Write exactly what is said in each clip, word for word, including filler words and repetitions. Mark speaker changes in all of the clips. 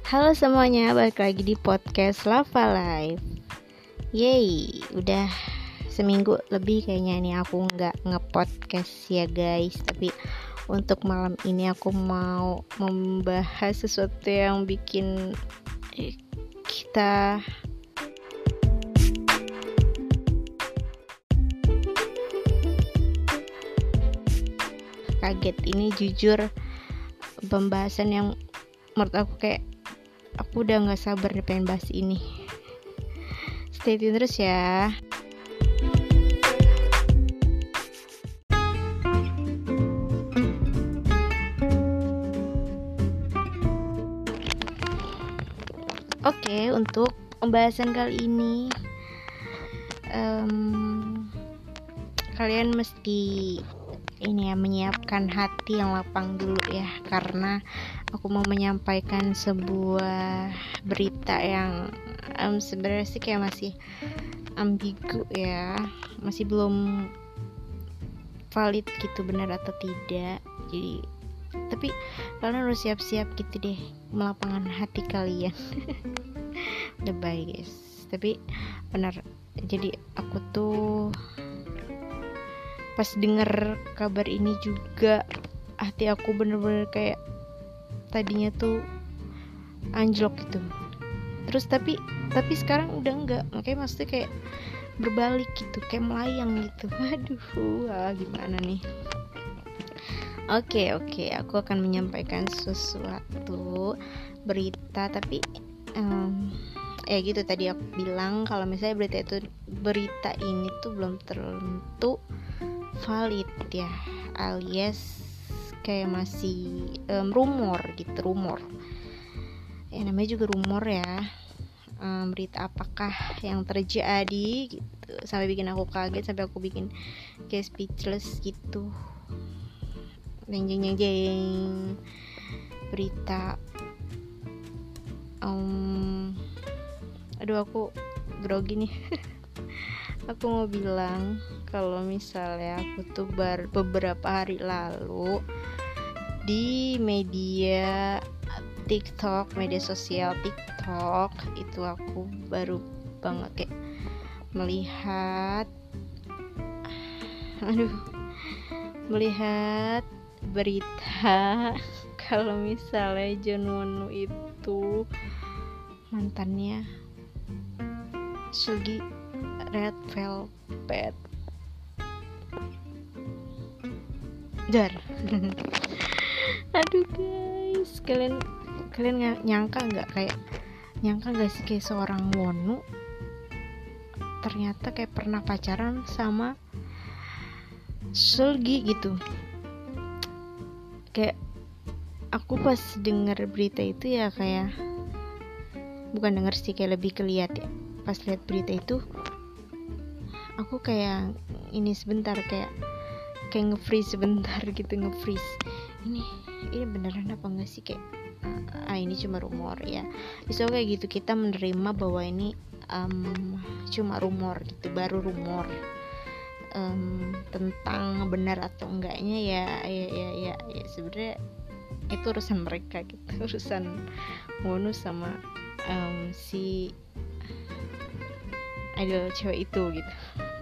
Speaker 1: Halo semuanya, balik lagi di podcast Lava Life. Yeay, udah seminggu lebih kayaknya nih aku nggak nge-podcast ya guys. Tapi untuk malam ini aku mau membahas sesuatu yang bikin eh, kita kaget. Ini jujur pembahasan yang menurut aku kayak aku udah gak sabar nih pengen bahas ini. Stay tune terus ya. Oke, untuk pembahasan kali ini um, kalian mesti ini ya, menyiapkan hati yang lapang dulu ya, karena aku mau menyampaikan sebuah berita yang um, sebenarnya sih kayak masih ambigu ya, masih belum valid gitu benar atau tidak. Jadi tapi kalian harus siap-siap gitu deh melapangkan hati kalian. Lebay guys, tapi benar. Jadi aku tuh pas denger kabar ini juga hati aku bener-bener kayak tadinya tuh anjlok gitu. Terus tapi tapi sekarang udah enggak, makanya maksudnya kayak berbalik gitu, kayak melayang gitu. Aduh, wah, gimana nih? Oke oke, aku akan menyampaikan sesuatu berita, tapi um, ya gitu tadi aku bilang kalau misalnya berita itu berita ini tuh belum tentu valid ya, alias kayak masih um, rumor gitu, rumor ya, namanya juga rumor ya. Um, berita apakah yang terjadi gitu sampai bikin aku kaget, sampai aku bikin kayak speechless gitu. Jeng jeng jeng jeng berita um, aduh aku grogi nih. Aku mau bilang kalau misalnya aku tuh baru beberapa hari lalu di media TikTok, media sosial TikTok itu aku baru banget kayak melihat aduh melihat berita kalau misalnya Junwoo itu mantannya Sugi Red Velvet. Dar. Aduh guys, kalian kalian ng- nyangka nggak kayak nyangka nggak sih kayak seorang Wonu ternyata kayak pernah pacaran sama Sulgi gitu. Kayak aku pas denger berita itu ya kayak bukan denger sih, kayak lebih keliat ya. Pas lihat berita itu aku kayak ini sebentar kayak kayak nge-freeze sebentar gitu, nge-freeze. Ini ini beneran apa enggak sih, kayak ah ini cuma rumor ya. Bisa kayak gitu kita menerima bahwa ini um, cuma rumor gitu, baru rumor. Um, tentang benar atau enggaknya ya ya ya ya, ya sebenarnya itu urusan mereka gitu, urusan Wonu sama um, si idol cewek itu gitu.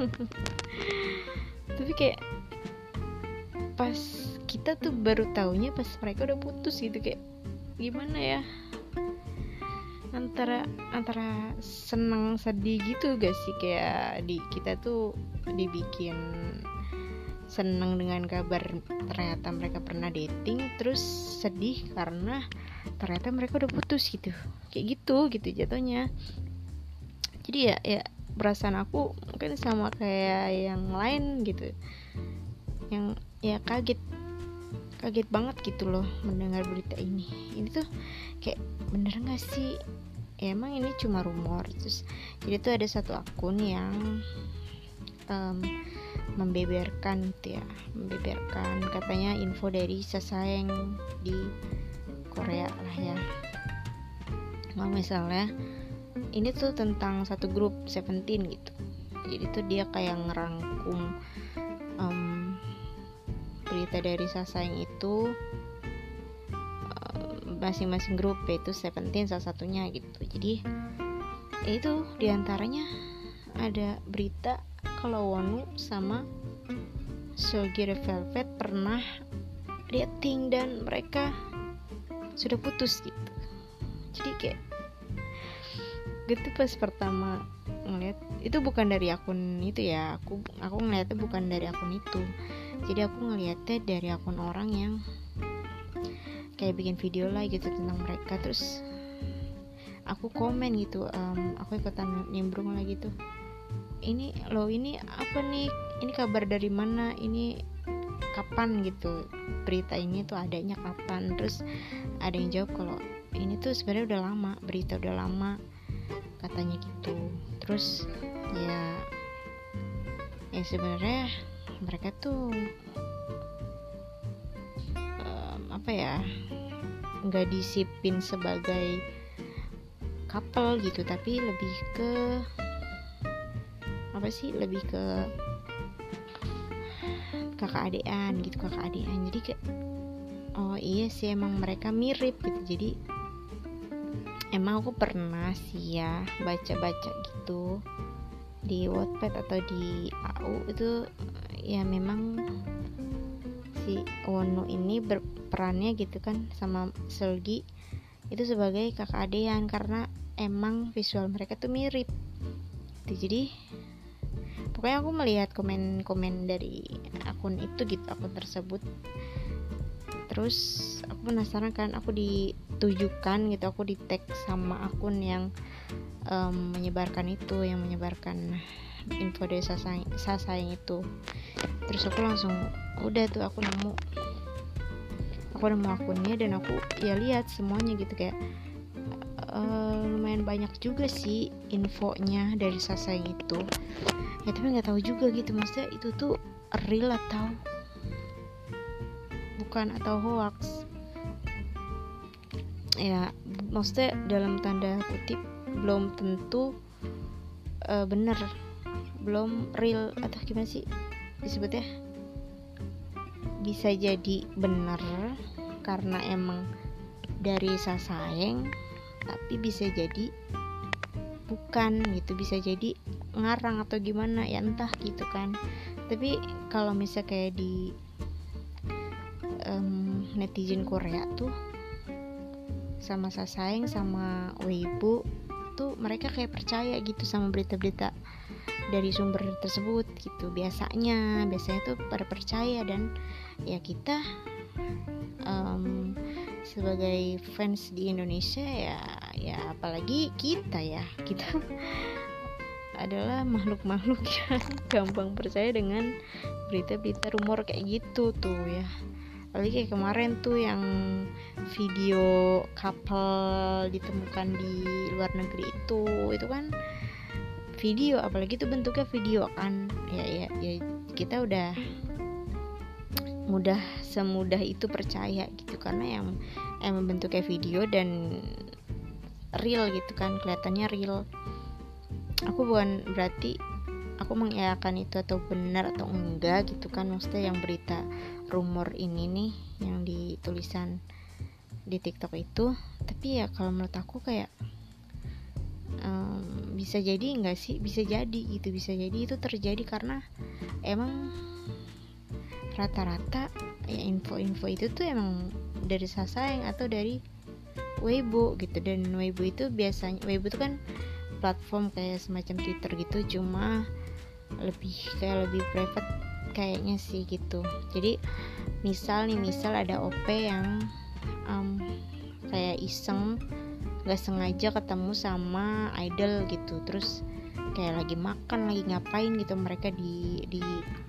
Speaker 1: Tapi kayak pas kita tuh baru taunya pas mereka udah putus gitu, kayak gimana ya, antara antara senang sedih gitu gak sih, kayak di kita tuh dibikin senang dengan kabar ternyata mereka pernah dating, terus sedih karena ternyata mereka udah putus gitu, kayak gitu gitu jatuhnya. Jadi ya ya perasaan aku mungkin sama kayak yang lain gitu, yang ya kaget kaget banget gitu loh mendengar berita ini. Ini tuh kayak bener nggak sih? Ya, emang ini cuma rumor. Terus jadi tuh ada satu akun yang um, membeberkan gitu ya, membeberkan katanya info dari Sasaeng di Korea lah ya. Nah, misalnya ini tuh tentang satu grup Seventeen gitu. Jadi tuh dia kayak ngerangkum um, berita dari Sasaeng itu, um, masing-masing grup, yaitu Seventeen salah satunya gitu. Jadi ya itu diantaranya ada berita kalau Wonwoo sama Seulgi Red Velvet pernah dating dan mereka sudah putus gitu. Jadi kayak gitu pas pertama ngeliat, itu bukan dari akun itu ya, aku aku ngeliatnya bukan dari akun itu, jadi aku ngeliatnya dari akun orang yang kayak bikin video lah gitu tentang mereka. Terus aku komen gitu, um, aku ikutan nimbrung lah gitu, ini lo ini apa nih, ini kabar dari mana, ini kapan gitu, berita ini tuh adanya kapan. Terus ada yang jawab kalau ini tuh sebenarnya udah lama, berita udah lama katanya gitu. Terus ya ya sebenarnya mereka tuh um, apa ya, nggak disipin sebagai couple gitu, tapi lebih ke apa sih, lebih ke kakak adean gitu, kakak adean. Jadi kayak oh iya sih emang mereka mirip gitu. Jadi emang aku pernah sih ya baca-baca gitu di Wattpad atau di A U itu, ya memang si Wonwoo ini berperannya gitu kan sama Seulgi itu sebagai kakak adean karena emang visual mereka tuh mirip gitu. Jadi pokoknya aku melihat komen-komen dari akun itu gitu, akun tersebut. Terus aku penasaran kan, aku ditujukan gitu, aku di tag sama akun yang um, menyebarkan itu, yang menyebarkan info dari Sasaeng, Sasaeng itu. Terus aku langsung udah tuh aku nemu aku nemu akunnya dan aku ya lihat semuanya gitu, kayak uh, lumayan banyak juga sih infonya dari Sasaeng itu ya, tapi nggak tahu juga gitu, maksudnya itu tuh real atau bukan, atau hoax ya, maksudnya dalam tanda kutip belum tentu uh, bener, belum real atau gimana sih disebutnya, bisa jadi bener karena emang dari Sasaeng, tapi bisa jadi bukan gitu, bisa jadi ngarang atau gimana ya, entah gitu kan. Tapi kalau misal kayak di um, netizen Korea tuh sama Sasaeng sama Weibo tuh mereka kayak percaya gitu sama berita-berita dari sumber tersebut gitu. Biasanya biasanya tuh pada percaya, dan ya kita um, sebagai fans di Indonesia ya ya apalagi kita ya kita adalah makhluk-makhluk yang gampang percaya dengan berita-berita rumor kayak gitu tuh ya. Apalagi kayak kemarin tuh yang video couple ditemukan di luar negeri itu, itu kan video, apalagi itu bentuknya video kan, ya ya ya kita udah mudah semudah itu percaya gitu, karena yang emang bentuknya video dan real gitu kan, kelihatannya real. Aku bukan berarti aku mengiyakan itu atau benar atau enggak gitu kan, maksudnya yang berita rumor ini nih yang di tulisan di TikTok itu. Tapi ya kalau menurut aku kayak um, bisa jadi enggak sih, bisa jadi gitu, bisa jadi itu terjadi karena emang rata-rata ya info-info itu tuh emang dari Sasaeng atau dari Weibo gitu. Dan Weibo itu biasanya, Weibo itu kan platform kayak semacam Twitter gitu, cuma lebih kayak lebih private kayaknya sih gitu. Jadi misal nih, misal ada O P yang um, kayak iseng gak sengaja ketemu sama idol gitu, terus kayak lagi makan, lagi ngapain gitu, mereka di di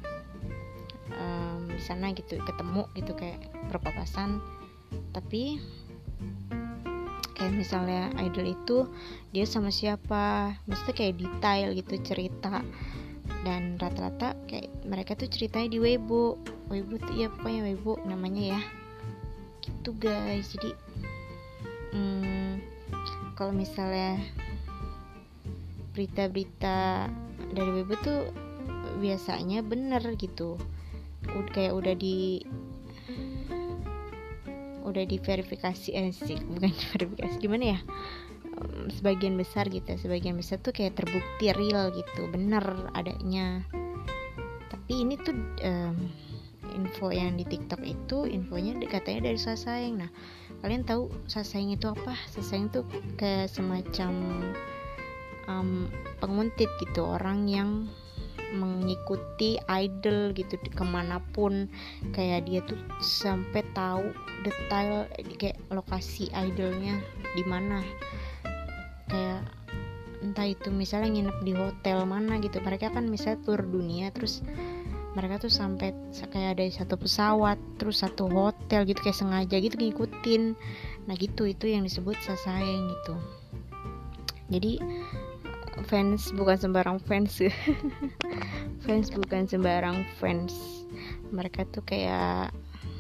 Speaker 1: um, di sana gitu, ketemu gitu kayak berpapasan. Tapi kayak misalnya idol itu dia sama siapa, maksudnya kayak detail gitu cerita, dan rata-rata kayak mereka tuh ceritanya di Weibo. Weibo tuh ya pokoknya Weibo namanya ya gitu guys. Jadi hmm, kalau misalnya berita-berita dari Weibo tuh biasanya bener gitu, udah kayak udah di udah diverifikasi eh sih bukan verifikasi gimana ya, um, sebagian besar gitu sebagian besar tuh kayak terbukti real gitu, bener adanya. Tapi ini tuh um, info yang di TikTok itu infonya katanya dari Sasaeng. Nah kalian tahu Sasaeng itu apa? Sasaeng tuh kayak semacam um, penguntit gitu, orang yang mengikuti idol gitu kemanapun, kayak dia tuh sampai tahu detail kayak lokasi idolnya di mana, kayak entah itu misalnya nginep di hotel mana gitu, mereka kan misalnya tur dunia terus mereka tuh sampai kayak ada satu pesawat terus satu hotel gitu kayak sengaja gitu ngikutin. Nah gitu, itu yang disebut Sasaeng gitu. Jadi fans bukan sembarang fans fans bukan sembarang fans, mereka tuh kayak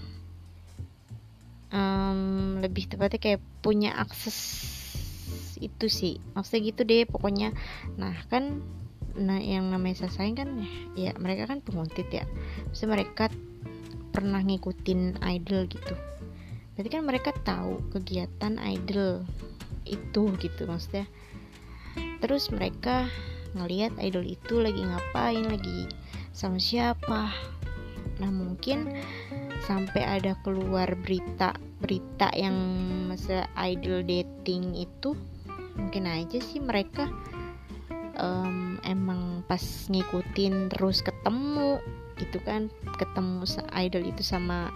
Speaker 1: um, lebih tepatnya kayak punya akses itu sih, maksudnya gitu deh pokoknya. Nah kan nah yang namanya Sasaeng kan ya mereka kan penguntit ya, maksudnya mereka pernah ngikutin idol gitu, berarti kan mereka tahu kegiatan idol itu gitu maksudnya. Terus mereka ngelihat idol itu lagi ngapain, lagi sama siapa. Nah mungkin sampai ada keluar berita-berita yang masa idol dating itu, mungkin aja sih mereka um, emang pas ngikutin terus ketemu gitu kan, ketemu idol itu sama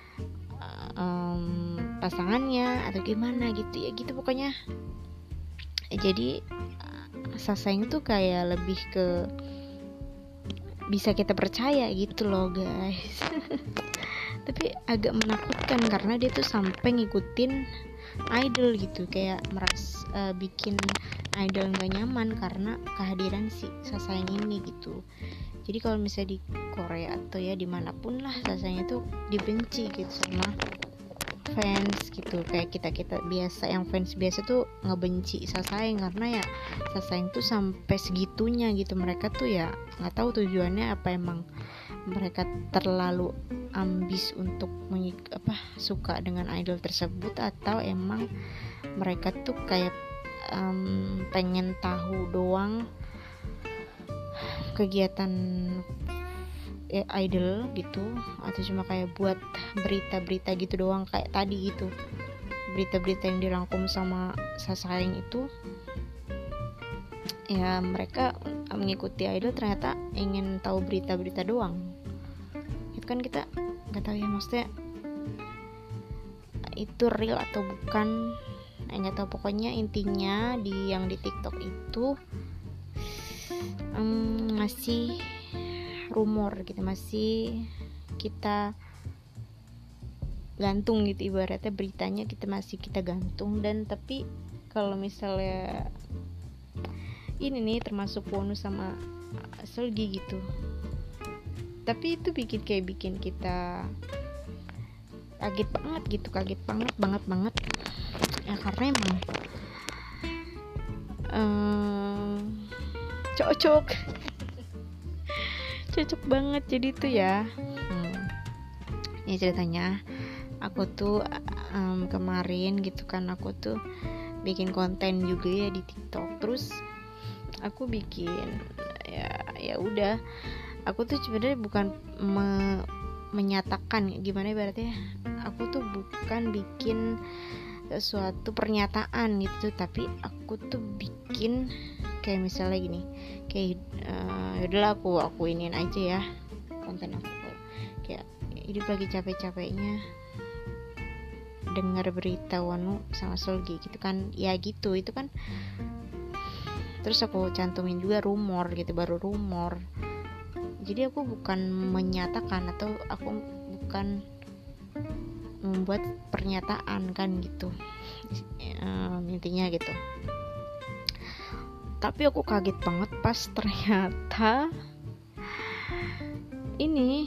Speaker 1: um, pasangannya atau gimana gitu ya gitu pokoknya. Jadi Sasaeng tuh kayak lebih ke bisa kita percaya gitu loh guys. Tapi agak menakutkan karena dia tuh sampai ngikutin idol gitu, kayak meras uh, bikin idol gak nyaman karena kehadiran si Sasaeng ini gitu. Jadi kalau misalnya di Korea atau ya dimanapun lah, Sasaeng itu dibenci gitu sama fans gitu, kayak kita kita biasa yang fans biasa tuh ngebenci Sasaeng karena ya Sasaeng tuh sampai segitunya gitu. Mereka tuh ya nggak tahu tujuannya apa, emang mereka terlalu ambis untuk mengik- apa suka dengan idol tersebut, atau emang mereka tuh kayak um, pengen tahu doang kegiatan ya, idol gitu, atau cuma kayak buat berita-berita gitu doang kayak tadi gitu, berita-berita yang dirangkum sama Sasaeng itu. Ya mereka mengikuti idol ternyata ingin tahu berita-berita doang. Itu kan kita nggak tahu ya, maksudnya itu real atau bukan, nggak tahu. Pokoknya intinya di yang di TikTok itu um, masih rumor gitu, masih kita gantung gitu, ibaratnya beritanya kita masih kita gantung. Dan tapi kalau misalnya ini nih termasuk bonus sama Seulgi gitu, tapi itu bikin kayak bikin kita kaget banget gitu, kaget banget banget banget ya, karena emang um, cocok cocok banget. Jadi tuh ya hmm, ya ceritanya aku tuh um, kemarin gitu kan, aku tuh bikin konten juga ya di TikTok. Terus aku bikin ya ya udah, aku tuh sebenarnya bukan me, menyatakan gimana ibaratnya, aku tuh bukan bikin suatu pernyataan gitu, tapi aku tuh bikin kayak misalnya gini, kayak uh, yaudahlah aku aku iniin aja ya konten aku, kayak hidup lagi capek-capeknya dengar berita Wonu sama Seulgi gitu kan, ya gitu itu kan. Terus aku cantumin juga rumor gitu, baru rumor. Jadi aku bukan menyatakan atau aku bukan membuat pernyataan kan gitu, um, intinya gitu. Tapi aku kaget banget pas ternyata ini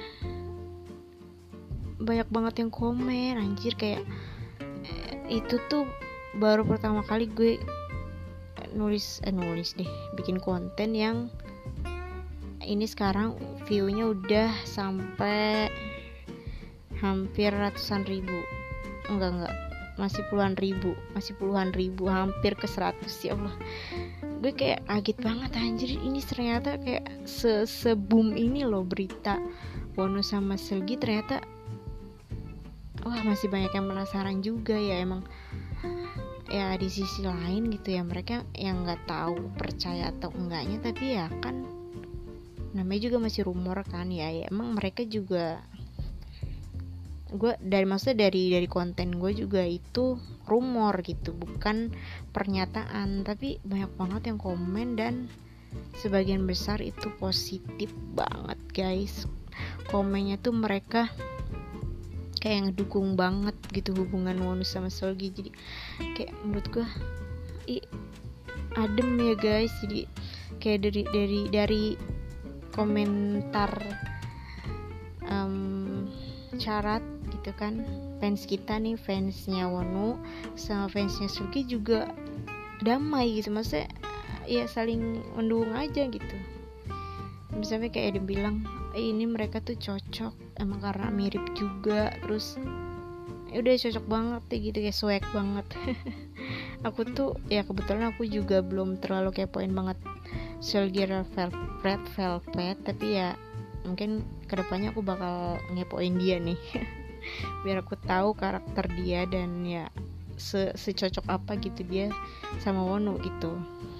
Speaker 1: banyak banget yang komen, anjir. Kayak itu tuh baru pertama kali gue nulis eh nulis deh bikin konten yang ini sekarang view-nya udah sampai hampir ratusan ribu. enggak enggak masih puluhan ribu masih puluhan ribu hampir ke seratus. Ya Allah, gue kayak kaget banget anjir, ini ternyata kayak se sebum ini loh berita Wonu sama Seulgi. Ternyata wah masih banyak yang penasaran juga ya. Emang ya di sisi lain gitu ya, mereka yang nggak tahu percaya atau enggaknya, tapi ya kan namanya juga masih rumor kan ya, ya emang mereka juga, gue dari maksudnya dari dari konten gue juga itu rumor gitu, bukan pernyataan. Tapi banyak banget yang komen dan sebagian besar itu positif banget guys. Komennya tuh mereka kayak ngedukung banget gitu hubungan Wonu sama Seulgi. Jadi kayak menurut gue ih adem ya guys. Jadi kayak dari dari dari komentar um, syarat gitu kan, fans kita nih, fansnya Wonu sama fansnya Seulgi juga damai gitu, maksudnya ya saling mendukung aja gitu. Misalnya kayak ada yang bilang eh, ini mereka tuh cocok emang karena mirip juga, terus ya udah cocok banget deh gitu, kayak swag banget. Aku tuh ya kebetulan aku juga belum terlalu kepoin banget Seulgi Red Velvet, tapi ya mungkin kedepannya aku bakal ngepoin dia nih. Biar aku tahu karakter dia dan ya se secocok apa gitu dia sama Wonu gitu.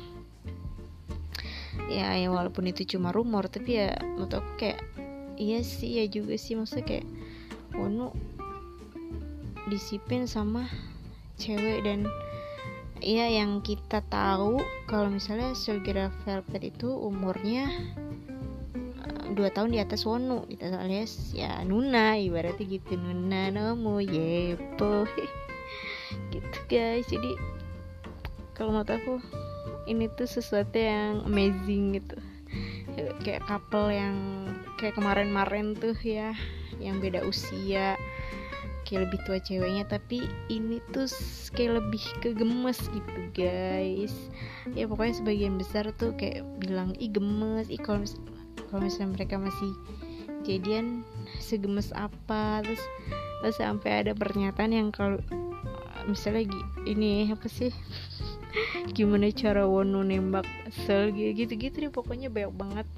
Speaker 1: Ya, ya walaupun itu cuma rumor, tapi ya menurut aku kayak iya sih, ya juga sih, maksudnya kayak Wonu disiplin sama cewek. Dan ya yang kita tahu kalau misalnya Seulgi Velvet itu umurnya dua tahun di atas Wonu gitu, alias ya Nuna, ibaratnya gitu, Nuna nomo yepo gitu guys. Jadi kalau menurut aku ini tuh sesuatu yang amazing gitu, kayak couple yang kayak kemarin-kemarin tuh ya, yang beda usia, kayak lebih tua ceweknya, tapi ini tuh kayak lebih kegemes gitu guys. Ya pokoknya sebagian besar tuh kayak bilang ih gemes, ih kalau mis- kalau misalnya mereka masih jadian segemes apa. Terus terus sampai ada pernyataan yang kalau misalnya ini apa sih, gimana cara Wonu nembak Seulgi gitu-gitu deh, pokoknya banyak banget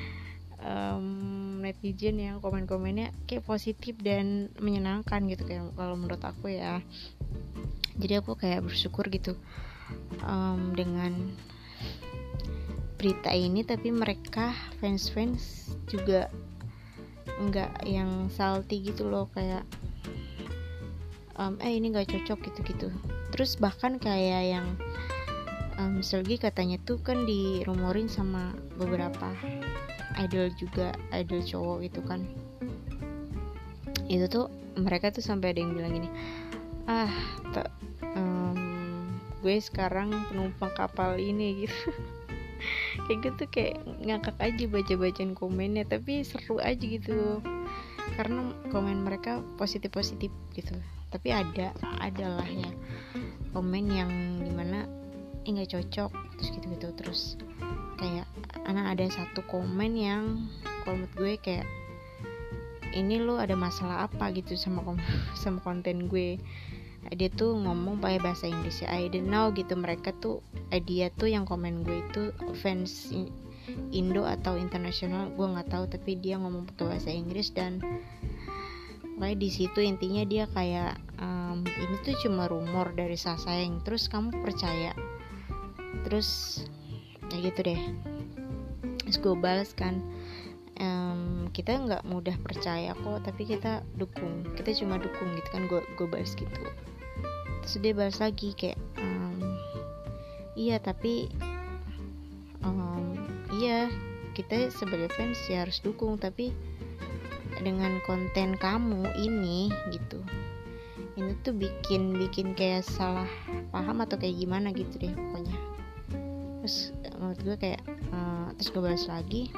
Speaker 1: um, netizen yang komen-komennya kayak positif dan menyenangkan gitu kayak kalau menurut aku ya. Jadi aku kayak bersyukur gitu um, dengan berita ini, tapi mereka fans-fans juga nggak yang salty gitu loh, kayak um, eh ini nggak cocok gitu-gitu. Terus bahkan kayak yang um, Seulgi katanya tuh kan dirumorin sama beberapa idol juga, idol cowok gitu kan. Itu tuh mereka tuh sampai ada yang bilang gini, ah t- um, gue sekarang penumpang kapal ini gitu. Kayak gitu, kayak ngakak aja baca-bacaan komennya, tapi seru aja gitu karena komen mereka positif-positif gitu. Tapi ada adalah ya komen yang dimana eh nggak cocok terus gitu-gitu. Terus kayak anak ada satu komen yang kalau menurut gue kayak ini lo ada masalah apa gitu sama kom- sama konten gue. Dia tuh ngomong pakai bahasa Inggris ya, I don't know gitu. Mereka tuh eh, dia tuh yang komen gue itu fans Indo atau internasional gue nggak tahu, tapi dia ngomong pakai bahasa Inggris. Dan kayak di situ intinya dia kayak um, ini tuh cuma rumor dari Sasayang, terus kamu percaya? Terus ya gitu deh. Terus gue balas kan, um, kita nggak mudah percaya kok, tapi kita dukung, kita cuma dukung gitu kan. Gue gue balas gitu. Terus dia balas lagi kayak um, iya tapi um, iya kita sebagai fans ya harus dukung, tapi dengan konten kamu ini gitu, ini tuh bikin bikin kayak salah paham atau kayak gimana gitu deh pokoknya. Terus menurut gue kayak uh, terus gue balas lagi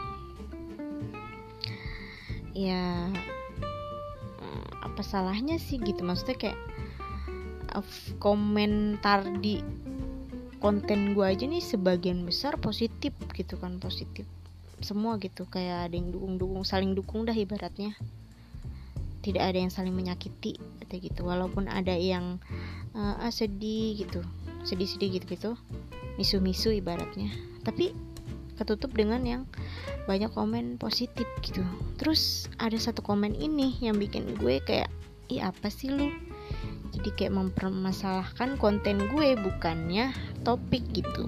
Speaker 1: ya uh, apa salahnya sih gitu, maksudnya kayak uh, komentar di konten gue aja nih sebagian besar positif gitu kan, positif semua gitu, kayak ada yang dukung-dukung, saling dukung dah ibaratnya. tidak ada yang saling menyakiti kayak gitu. Walaupun ada yang uh, ah, sedih gitu, sedih-sedih gitu-gitu, misu-misu ibaratnya, tapi ketutup dengan yang banyak komen positif gitu. Terus ada satu komen ini yang bikin gue kayak, ih apa sih lu, jadi kayak mempermasalahkan konten gue bukannya topik gitu.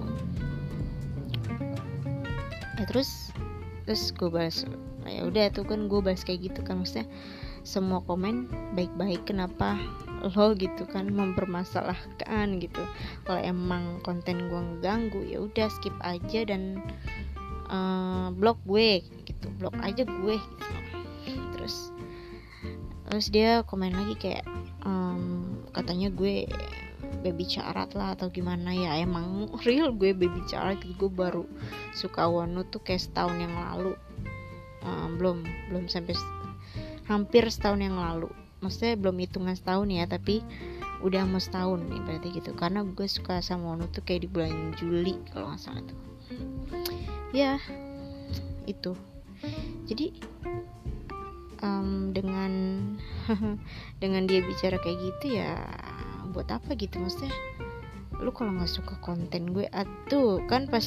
Speaker 1: Ya terus terus gue balas, ya udah tuh kan gue balas kayak gitu kan, maksudnya semua komen baik-baik, kenapa lo gitu kan mempermasalahkan gitu. Kalau emang konten gue ngeganggu ya udah skip aja dan uh, blok gue gitu, blok aja gue gitu. Terus terus dia komen lagi kayak um, katanya gue baby carat lah atau gimana. Ya emang real gue baby carat, gue baru suka Wonu tuh kayak setahun yang lalu, um, belum belum sampai hampir setahun yang lalu, maksudnya belum hitungan setahun ya, tapi udah mau setahun nih berarti gitu, karena gue suka sama Wonu tuh kayak di bulan Juli kalau nggak salah tuh. Ya itu jadi um, dengan dengan dia bicara kayak gitu ya buat apa gitu, maksudnya lu kalau nggak suka konten gue atuh kan pas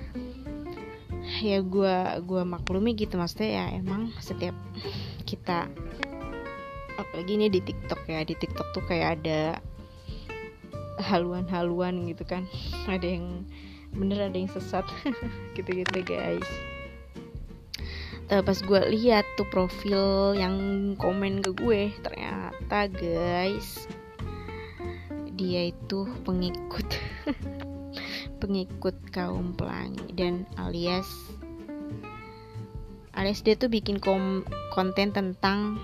Speaker 1: ya gue gue maklumi gitu, maksudnya ya emang setiap kita, apalagi ini di TikTok ya, di TikTok tuh kayak ada haluan-haluan gitu kan, ada yang bener ada yang sesat gitu-gitu guys. Tapi pas gue lihat tuh profil yang komen ke gue, ternyata guys dia itu pengikut pengikut kaum pelangi, dan alias alias dia tuh bikin kom- konten tentang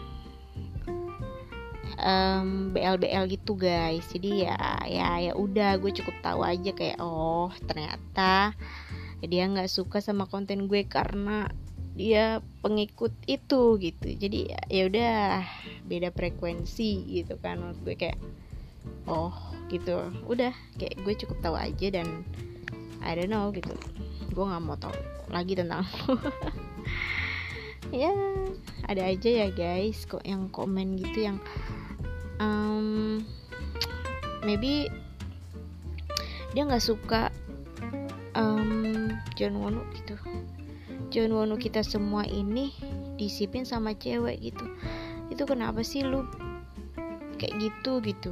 Speaker 1: um, B L B L gitu guys. Jadi ya ya ya udah gue cukup tahu aja kayak oh ternyata dia nggak suka sama konten gue karena dia pengikut itu gitu. Jadi ya udah beda frekuensi gitu kan, menurut gue kayak oh gitu. Udah kayak gue cukup tahu aja dan I don't know gitu, gue nggak mau tahu lagi tentang ya ada aja ya guys kok yang komen gitu yang um, maybe dia nggak suka um, John Wonu gitu. John Wonu kita semua ini disiplin sama cewek gitu. Itu kenapa sih lu kayak gitu gitu?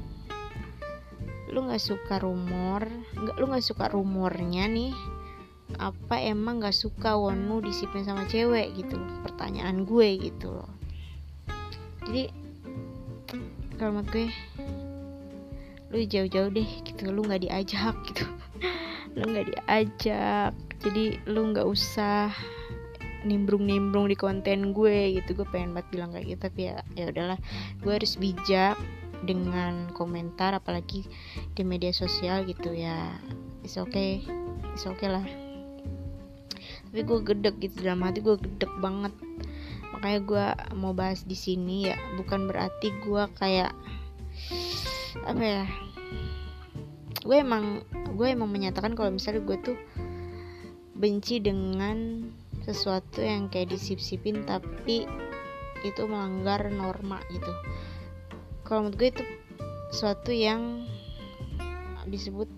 Speaker 1: Lu nggak suka rumor, nggak lu nggak suka rumornya nih? Apa emang nggak suka Wonu disiplin sama cewek gitu? Pertanyaan gue gitu loh. Jadi kalau menurut gue, lu jauh-jauh deh gitu, lu nggak diajak gitu, lu nggak diajak. Jadi lu nggak usah nimbrung-nimbrung di konten gue gitu. Gue pengen banget bilang kayak gitu, tapi ya ya udahlah, gue harus bijak dengan komentar apalagi di media sosial gitu ya. It's okay, it's okay lah. Tapi gue gedek gitu, dalam hati gue gedek banget. Makanya gue mau bahas di sini ya, bukan berarti gue kayak apa ya, gue emang gue emang menyatakan kalau misalnya gue tuh benci dengan sesuatu yang kayak disip-sipin tapi itu melanggar norma gitu. Kalau menurut gue itu sesuatu yang disebut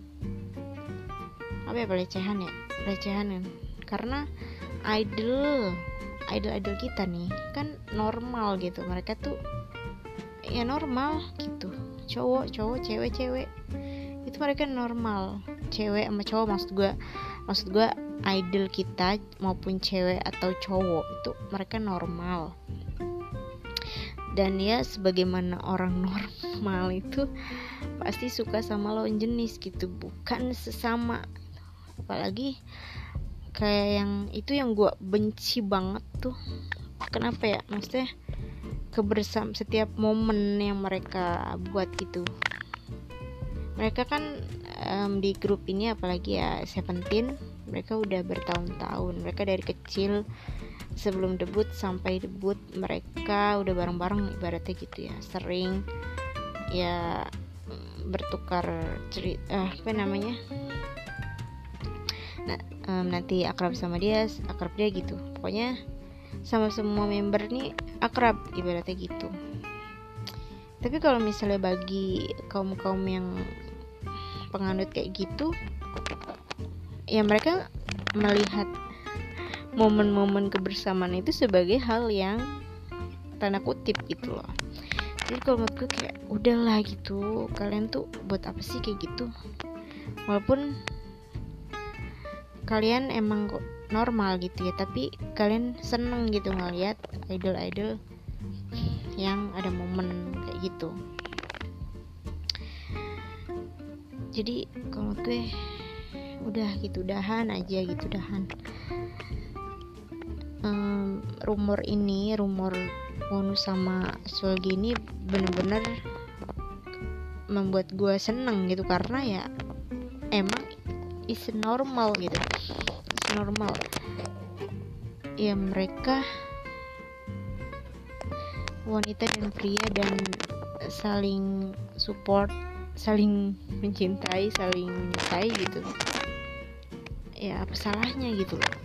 Speaker 1: apa ya, pelecehan ya, pelecehan kan. Karena idol idol-idol kita nih kan normal gitu, mereka tuh ya normal gitu, cowok cowok cewek cewek itu mereka normal, cewek sama cowok maksud gue maksud gue idol kita maupun cewek atau cowok itu mereka normal. Dan ya sebagaimana orang normal itu pasti suka sama lawan jenis gitu, bukan sesama. Apalagi kayak yang itu yang gue benci banget tuh. Kenapa ya, maksudnya kebersam setiap momen yang mereka buat gitu. Mereka kan um, di grup ini apalagi ya Seventeen, mereka udah bertahun-tahun, mereka dari kecil sebelum debut sampai debut mereka udah bareng-bareng ibaratnya gitu ya, sering ya bertukar cerita, eh, apa namanya, nah um, nanti akrab sama dia, akrab dia gitu. Pokoknya sama semua member nih akrab ibaratnya gitu. Tapi kalau misalnya bagi kaum-kaum yang penganut kayak gitu, ya mereka melihat momen-momen kebersamaan itu sebagai hal yang tanda kutip gitu loh. Jadi kalau menurut gue kayak udahlah gitu, kalian tuh buat apa sih kayak gitu? Walaupun kalian emang normal gitu ya, tapi kalian seneng gitu ngeliat idol-idol yang ada momen kayak gitu. Jadi kalau menurut gue udah gitu, udahan aja gitu, udahan. Um, rumor ini, rumor Wonu sama Seulgi ini bener-bener membuat gue seneng gitu, karena ya emang is normal gitu, is normal. Ya mereka wanita dan pria dan saling support, saling mencintai, saling menyukai gitu. Ya apa salahnya gitu loh.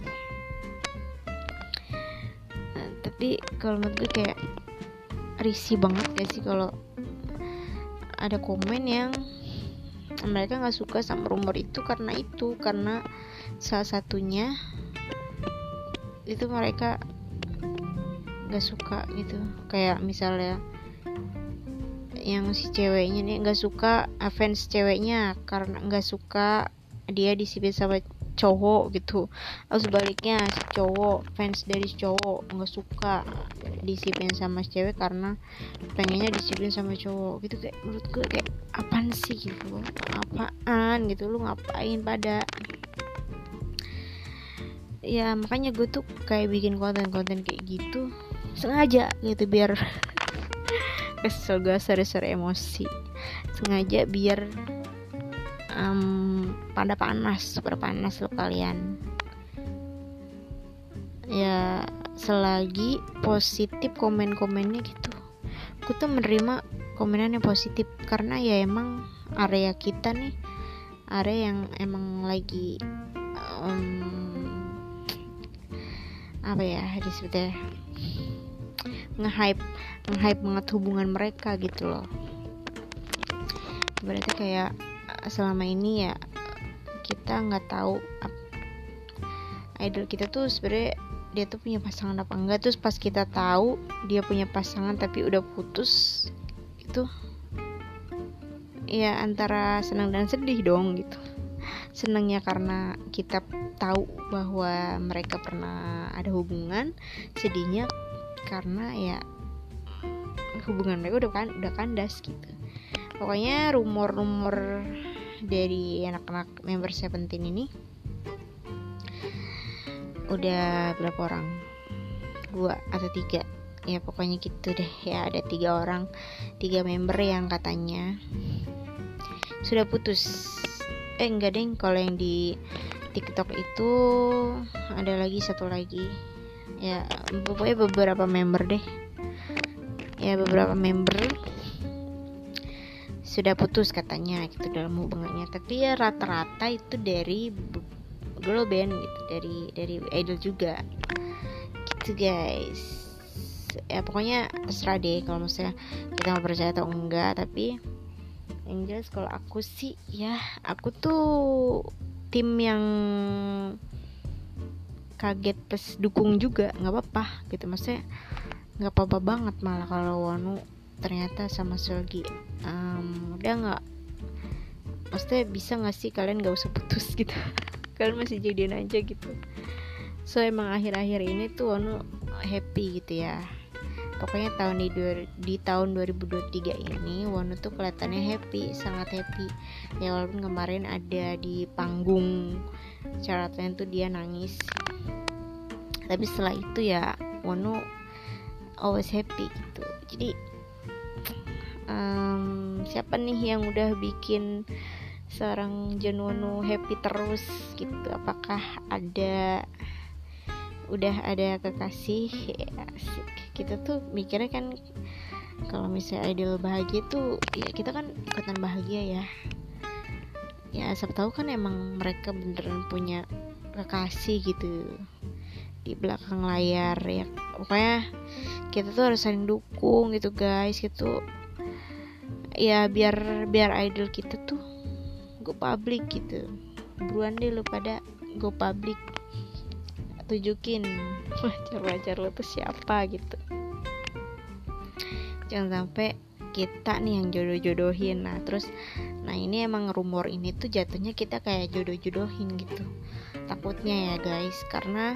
Speaker 1: Nah, tapi kalau menurut gue kayak risih banget gak sih kalau ada komen yang mereka nggak suka sama rumor itu karena itu karena salah satunya itu mereka nggak suka gitu, kayak misalnya yang si ceweknya nih nggak suka, fans ceweknya karena nggak suka dia disipin sama cowok gitu, atau sebaliknya si cowok, fans dari cowok nggak suka disipin sama cewek karena pengennya disipin sama cowok gitu. Kayak menurut gue kayak apaan sih gitu, apaan gitu, lu ngapain pada. Ya makanya gue tuh kayak bikin konten-konten kayak gitu sengaja gitu biar kesel, gue seri-seri emosi sengaja biar um, pada panas, super panas lo kalian. Ya selagi positif komen-komennya gitu, gue tuh menerima komenan yang positif karena ya emang area kita nih area yang emang lagi um, apa ya disebutnya nge-hype nge-hype banget hubungan mereka gitu loh. Berarti kayak selama ini ya kita nggak tahu idol kita tuh sebenarnya dia tuh punya pasangan apa enggak, terus pas kita tahu dia punya pasangan tapi udah putus itu ya antara senang dan sedih dong gitu. Senangnya karena kita tahu bahwa mereka pernah ada hubungan, sedihnya karena ya hubungan mereka udah kan udah kandas gitu. Pokoknya rumor-rumor dari anak-anak member Seventeen ini udah berapa orang? Dua atau tiga? Ya pokoknya gitu deh. Ya ada tiga orang, tiga member yang katanya sudah putus. Eh enggak deng, kalau yang di TikTok itu ada lagi satu lagi. Ya pokoknya beberapa member deh. Ya beberapa member sudah putus katanya gitu dalam hubungannya. Tapi ya rata-rata itu dari girl band gitu, dari dari idol juga. Gitu guys. Ya pokoknya terserah deh kalau misalnya kita mau percaya atau enggak, tapi yang jelas kalau aku sih ya aku tuh tim yang kaget plus dukung juga, nggak apa-apa gitu, maksudnya nggak apa-apa banget malah kalau Wonu ternyata sama Seulgi um, udah nggak, maksudnya bisa nggak sih kalian nggak usah putus gitu kalian masih jadian aja gitu. So emang akhir-akhir ini tuh Wonu happy gitu ya. Pokoknya tahun di, di tahun dua ribu dua puluh tiga ini Wonu tuh kelihatannya happy, sangat happy. Ya walaupun kemarin ada di panggung Charlotte tuh dia nangis, tapi setelah itu ya Wonu always happy gitu. Jadi um, siapa nih yang udah bikin seorang Jun Wonu happy terus gitu? Apakah ada udah ada kekasih? Ya, asik. Kita tuh mikirnya kan kalau misalnya idol bahagia tuh ya kita kan ikutan bahagia ya. Ya siapa tahu kan emang mereka beneran punya kekasih gitu. di belakang layar ya. Pokoknya kita tuh harus saling dukung gitu guys gitu ya, biar biar idol kita tuh go public gitu. Buruan deh lu pada go public, tunjukin pacar-pacar lu tuh siapa gitu. Jangan sampai kita nih yang jodoh-jodohin. Nah terus nah ini emang rumor ini tuh jatuhnya kita kayak jodoh-jodohin gitu takutnya ya guys, karena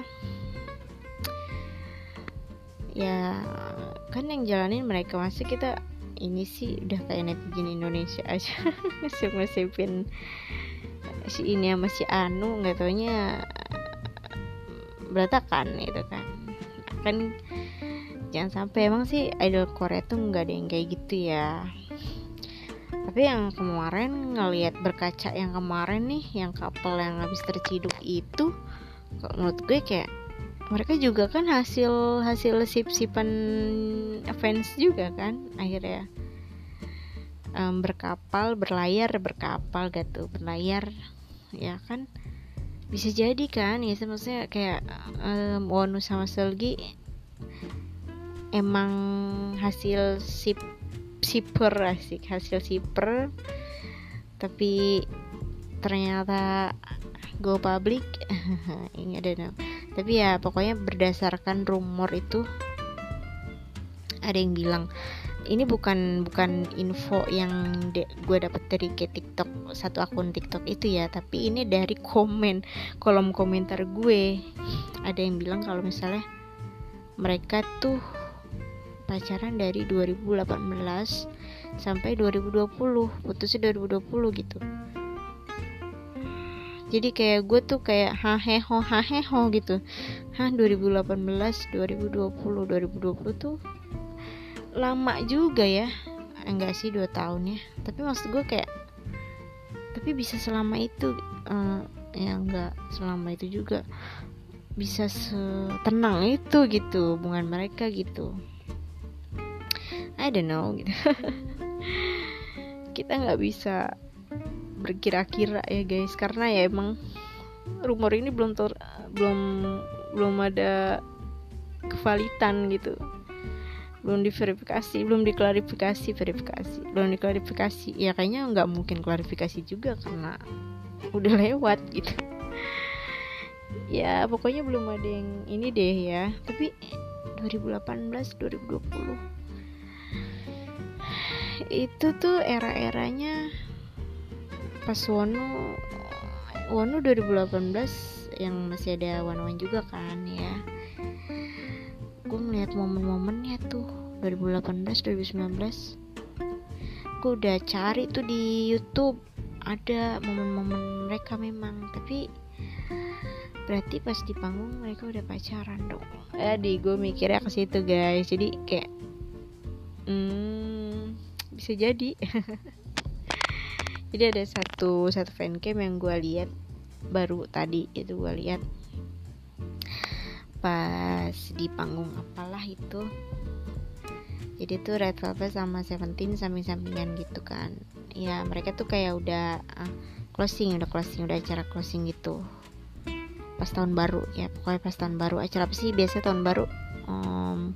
Speaker 1: ya kan yang jalanin mereka, masa kita ini sih udah kayak netizen Indonesia aja ngesip-ngesipin si ini sama si Anu, nggak taunya berantakan gitu kan. Kan jangan sampai, emang sih idol Korea tuh nggak ada yang kayak gitu ya. Tapi yang kemarin ngelihat berkaca yang kemarin nih, yang couple yang habis terciduk itu, menurut gue kayak mereka juga kan hasil hasil sip-sipan fans juga kan akhirnya. Um, berkapal berlayar berkapal gitu berlayar ya kan, bisa jadi kan ya, maksudnya kayak um, Wonu sama Seulgi emang hasil sip siper asik hasil siper tapi ternyata go public ini ada no. Tapi ya pokoknya berdasarkan rumor itu, ada yang bilang ini bukan bukan info yang de- gue dapet dari ke TikTok, satu akun TikTok itu ya, tapi ini dari komen kolom komentar gue. Ada yang bilang kalau misalnya mereka tuh pacaran dari dua ribu delapan belas sampai dua ribu dua puluh, putusnya dua ribu dua puluh gitu. Jadi kayak gue tuh kayak haheho haheho gitu. Hah, dua ribu delapan belas, dua ribu dua puluh, dua ribu dua puluh tuh lama juga ya. Enggak sih dua tahun ya. Tapi maksud gue kayak tapi bisa selama itu uh, ya enggak selama itu juga. Bisa setenang itu gitu hubungan mereka gitu. I don't know gitu. Kita nggak bisa berkira-kira ya guys, karena ya emang rumor ini belum ter, belum belum ada kevalitan gitu, belum diverifikasi, belum diklarifikasi, verifikasi, belum diklarifikasi. Ya kayaknya nggak mungkin klarifikasi juga karena udah lewat gitu. Ya pokoknya belum ada yang ini deh ya. Tapi dua ribu delapan belas, dua ribu dua puluh itu tuh era-eranya pas Wonu Wonu dua ribu delapan belas yang masih ada Wan-Wan juga kan ya. Gue ngeliat momen-momennya tuh dua ribu delapan belas, dua ribu sembilan belas. Gue udah cari tuh di YouTube, ada momen-momen mereka memang, tapi berarti pas di panggung mereka udah pacaran dong. Jadi gue mikirnya ke situ guys. Jadi kayak hmm, bisa jadi. Jadi ada satu satu fancam yang gue lihat baru tadi itu, gue lihat pas di panggung apalah itu. Jadi tuh Red Velvet sama Seventeen samping-sampingan gitu kan. Ya mereka tuh kayak udah uh, closing, udah closing, udah acara closing gitu. Pas tahun baru ya, pokoknya pas tahun baru. Acara apa sih biasa tahun baru? Um,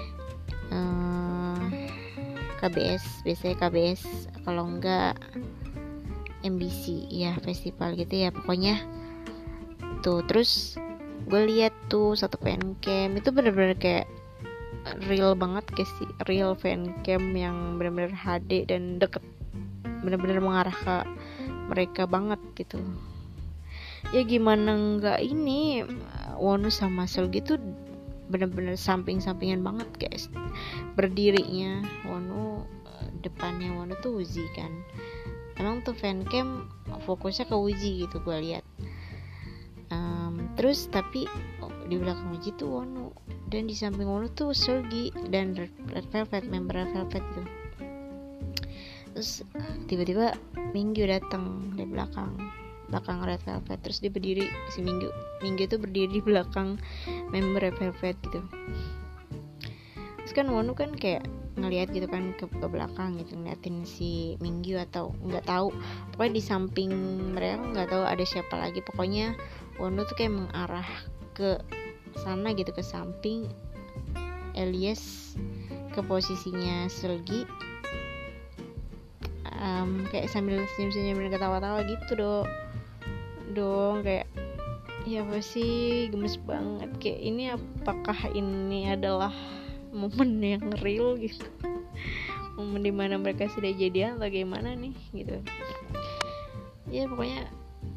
Speaker 1: uh, K B S, biasanya K B S, kalau enggak M B C ya, festival gitu ya pokoknya tuh. Terus gue lihat tuh satu fancam itu bener-bener kayak real banget, kayak sih real fancam yang bener-bener H D dan deket, bener-bener mengarah ke mereka banget gitu. Ya gimana nggak ini, Wonu sama Seulgi tuh bener-bener samping-sampingan banget guys. Berdirinya Wonu, depannya Wonu tuh Woozi kan. Emang tuh fancam fokusnya ke Woozi gitu gue lihat. Um, terus tapi oh, di belakang Woozi tuh Wonu, dan di samping Wonu tuh Seulgi dan Red, Red Velvet, member Red Velvet gitu. Terus tiba-tiba Mingyu datang di belakang belakang Red Velvet, terus dia berdiri, si Mingyu Mingyu tuh berdiri di belakang member Red Velvet gitu. Terus kan Wonu kan kayak ngelihat gitu kan ke, ke belakang gitu, ngeliatin si Mingyu atau nggak tahu, pokoknya di samping mereka nggak tahu ada siapa lagi. Pokoknya Wonu tuh kayak mengarah ke sana gitu ke samping, Elias ke posisinya Selgi, um, kayak sambil senyum-senyum dan ketawa-tawa gitu dong dong kayak ya apa sih, gemes banget. Kayak ini apakah ini adalah momen yang real gitu, momen dimana mereka sudah jadian atau gimana nih gitu. Ya pokoknya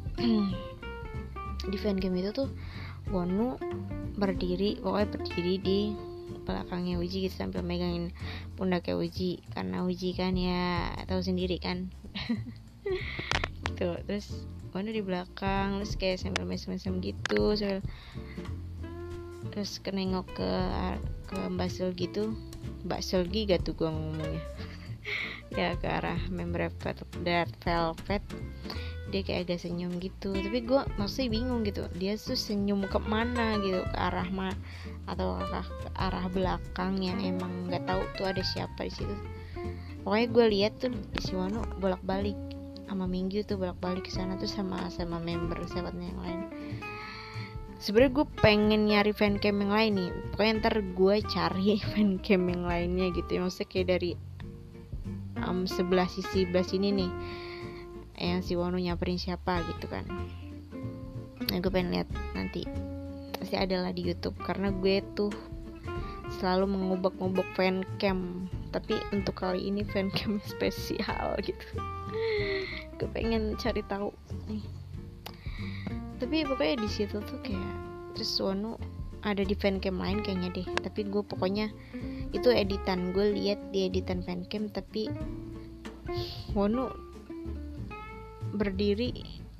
Speaker 1: di fancam itu tuh Wonu berdiri, pokoknya berdiri di belakangnya Uji gitu sambil megangin pundaknya Uji, karena Uji kan ya tahu sendiri kan gitu. Terus Wonu di belakang, terus kayak sambil mesem-mesem gitu, sambil terus kenengok ke ke Mbak Selgi gitu, Mbak Selgi gak tuh gua ngomongnya ya ke arah member Red Velvet. Dia kayak agak senyum gitu, tapi gue maksudnya bingung gitu, dia tuh senyum ke mana gitu, ke arah mana atau ke, ke arah belakang yang emang nggak tahu tuh ada siapa di situ. Pokoknya gue lihat tuh si Wonu bolak-balik sama Minggu tuh bolak-balik ke sana tuh sama sama member sahabatnya yang lain. Sebenarnya gue pengen nyari fancam yang lain nih, pokoknya ntar gue cari fancam yang lainnya gitu ya, maksudnya kayak dari um, sebelah sisi sebelah sini nih yang si Wonu nyamperin siapa gitu kan. Nah gue pengen lihat nanti, pasti ada lah di YouTube, karena gue tuh selalu mengubek-ngubek fancam, tapi untuk kali ini fancam spesial gitu. Gue pengen cari tahu nih. Tapi pokoknya di situ tuh kayak, terus Wonu ada di fancam lain kayaknya deh, tapi gue pokoknya itu editan, gue lihat di editan fancam, tapi Wonu berdiri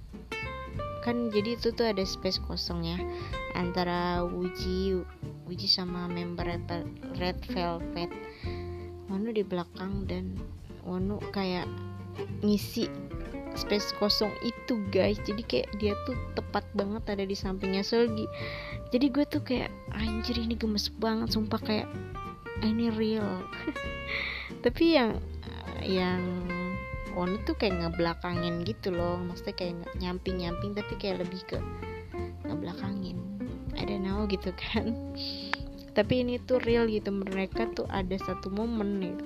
Speaker 1: kan, jadi itu tuh ada space kosong ya antara Wuji Wuji sama member Red Velvet. Wonu di belakang dan Wonu kayak ngisi space kosong itu guys, jadi kayak dia tuh tepat banget ada di sampingnya Selgi. Jadi gue tuh kayak anjir ini gemes banget sumpah, kayak ini real tapi yang yang Wonu tuh kayak ngebelakangin gitu loh, maksudnya kayak nyamping-nyamping tapi kayak lebih ke ngebelakangin, I don't know gitu kan. Tapi ini tuh real gitu, mereka tuh ada satu momen gitu.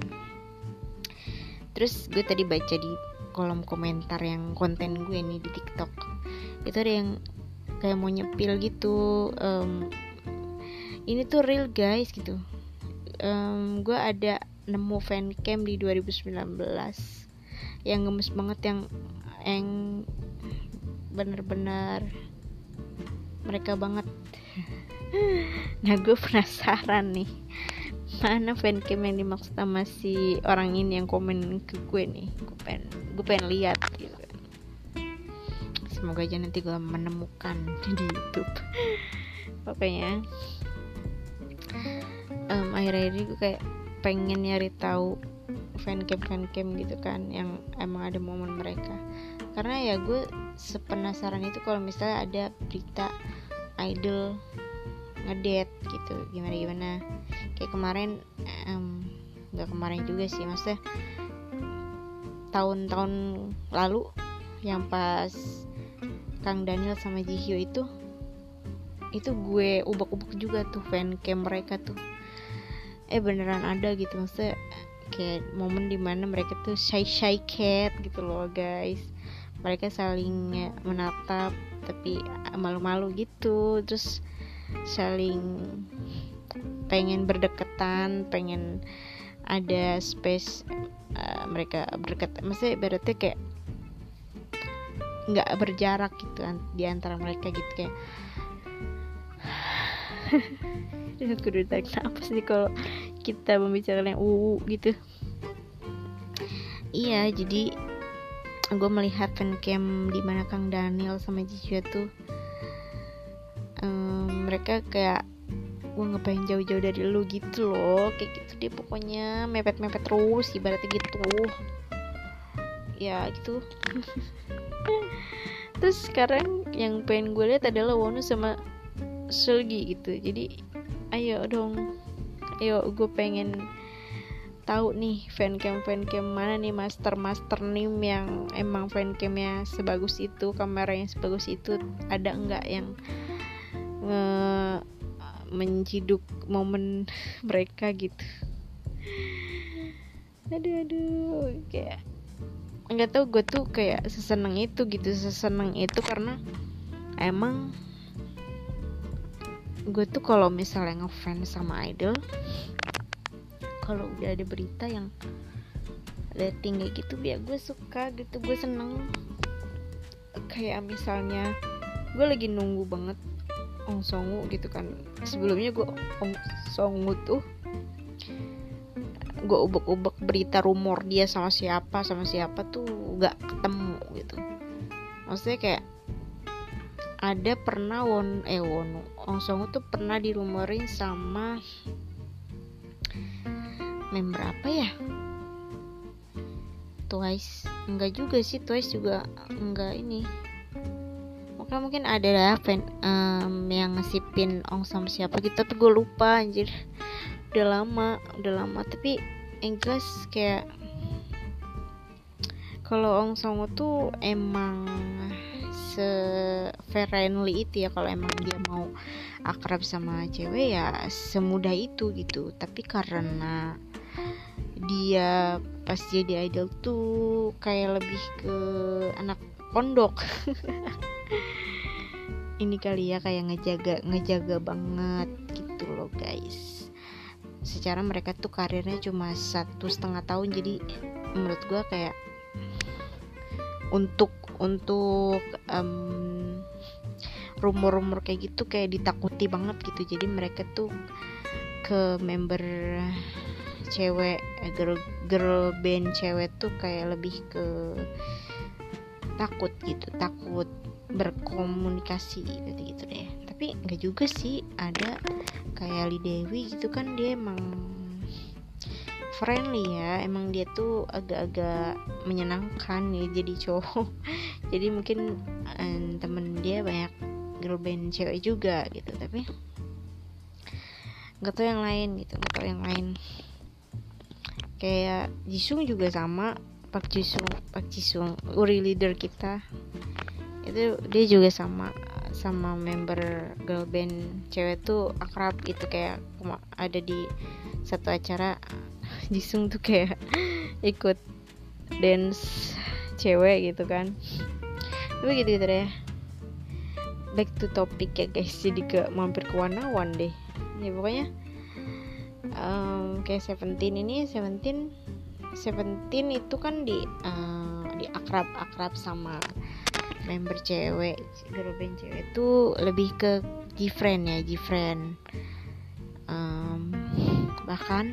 Speaker 1: Terus gue tadi baca di kolom komentar yang konten gue nih di TikTok, itu ada yang kayak mau nyepil gitu, um, ini tuh real guys gitu. um, gue ada nemu fancam di dua ribu sembilan belas yang gemes banget, yang yang bener-bener mereka banget. Nah gue penasaran nih, mana fancam yang dimaksud sama si orang ini yang komen ke gue nih. Gue pengen, gue pengen lihat gitu. Semoga aja nanti gue menemukan di YouTube. Pokoknya um, akhir-akhir ini gue kayak pengen nyari tahu fancam fancam gitu kan yang emang ada momen mereka, karena ya gue sepenasaran itu kalau misalnya ada berita idol ngedate gitu gimana gimana kayak kemarin, um, nggak kemarin juga sih, maksudnya tahun-tahun lalu yang pas Kang Daniel sama Jihyo itu itu gue ubek-ubek juga tuh fancam mereka tuh, eh beneran ada gitu, maksudnya kayak momen dimana mereka tuh shy shy cat gitu loh guys, mereka saling menatap tapi malu-malu gitu, terus saling pengen berdekatan, pengen ada space uh, mereka berdekat, maksudnya berarti kayak nggak berjarak gitu di antara mereka gitu kayak aku udah tarik napas nih kalau kita membicarakan yang uu gitu. Iya, jadi gue melihat fancam di mana Kang Daniel sama Jihyo tuh um, mereka kayak gue ngapain jauh-jauh dari lu gitu loh, kayak gitu deh pokoknya, mepet-mepet terus ibaratnya gitu ya gitu. Terus sekarang yang pengen gue lihat adalah Wonu sama Selgi gitu, jadi ayo dong, ayo gue pengen tahu nih fancam fancam mana nih master master nim yang emang fancamnya sebagus itu, kameranya sebagus itu, ada enggak yang nge menciduk momen mereka gitu. Aduh aduh kayak nggak tahu, gue tuh kayak seseneng itu gitu, seseneng itu karena emang gue tuh kalau misalnya ngefans sama idol, kalau udah ada berita yang dating kayak gitu, biar gue suka gitu, gue seneng. Kayak misalnya gue lagi nunggu banget Ong Song-woo gitu kan, sebelumnya gue Ong Song-woo tuh gue ubek-ubek berita rumor dia sama siapa sama siapa tuh gak ketemu gitu. Maksudnya kayak ada pernah Won eh Won Ong Song-woo tuh pernah dirumorin sama member apa ya, Twice. Enggak juga sih, Twice juga enggak ini. Maka mungkin ada lah fan um, yang ngesipin Ong sama siapa gitu, tapi gue lupa anjir. Udah lama, udah lama. Tapi yang jelas kayak kalau Ong Song tuh emang se-friendly itu ya, kalau emang dia mau akrab sama cewek ya semudah itu gitu. Tapi karena dia pas jadi idol tuh kayak lebih ke anak pondok ini kali ya, kayak ngejaga ngejaga banget gitu loh guys. Secara mereka tuh karirnya cuma satu setengah tahun, jadi menurut gue kayak untuk untuk um, rumor-rumor kayak gitu kayak ditakuti banget gitu. Jadi mereka tuh ke member cewek, girl girl band cewek tuh kayak lebih ke takut gitu, takut berkomunikasi gitu gitu deh. Tapi nggak juga sih, ada kayak Lee Dewi gitu kan, dia emang friendly ya, emang dia tuh agak-agak menyenangkan ya jadi cowok. Jadi mungkin eh, temen dia banyak girl band cewek juga gitu, tapi nggak tahu yang lain gitu, nggak tahu yang lain. Kayak Jisung juga sama, Park Jisung, Park Jisung, Uri leader kita itu, dia juga sama sama member girl band cewek tuh akrab gitu. Kayak ada di satu acara Jisung tuh kayak ikut dance cewek gitu kan. Tapi gitu-gitu deh. Back to topic ya guys, jadi ke mampir ke Wanawan deh ya pokoknya. Um, kayak Seventeen ini Seventeen Seventeen itu kan di uh, di akrab-akrab sama member cewek, girl band cewek tuh lebih ke G-friend ya, G-friend. Um, bahkan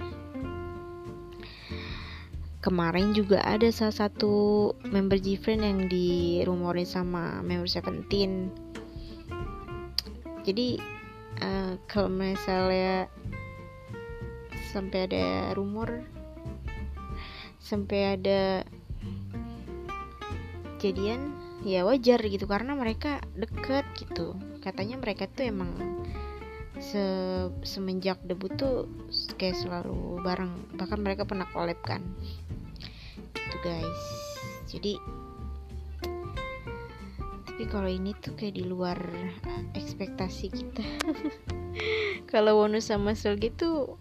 Speaker 1: kemarin juga ada salah satu member G-friend yang dirumorin sama member Seventeen. Jadi uh, kalau misalnya sampai ada rumor, sampai ada jadian, ya wajar gitu karena mereka deket gitu. Katanya mereka tuh emang se- semenjak debut tuh kayak selalu bareng, bahkan mereka pernah collab kan gitu guys. Jadi tapi kalau ini tuh kayak di luar ekspektasi kita. Kalau Wonu sama Seulgi tuh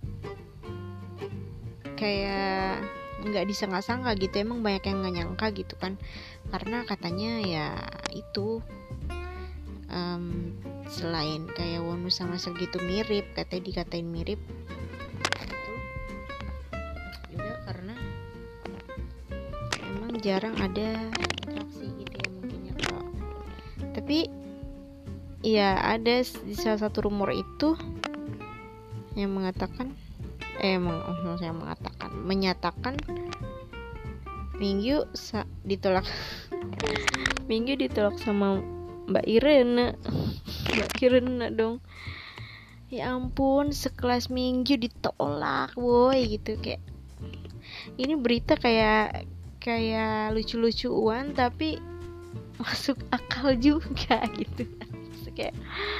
Speaker 1: kayak nggak disangka-sangka gitu, emang banyak yang nggak nyangka gitu kan, karena katanya ya itu um, selain kayak Wonu sama Seulgi tuh mirip, katanya dikatain mirip itu juga karena emang jarang ada interaksi gitu ya mungkin ya. Kalau tapi ya ada di salah satu rumor itu yang mengatakan eh emang oh, yang mengatakan menyatakan Mingyu sa- ditolak Mingyu ditolak sama Mbak Irene. Mbak Irene dong, ya ampun, sekelas Mingyu ditolak boy gitu. Kayak ini berita kayak kayak lucu-lucuan tapi masuk akal juga gitu. Kayak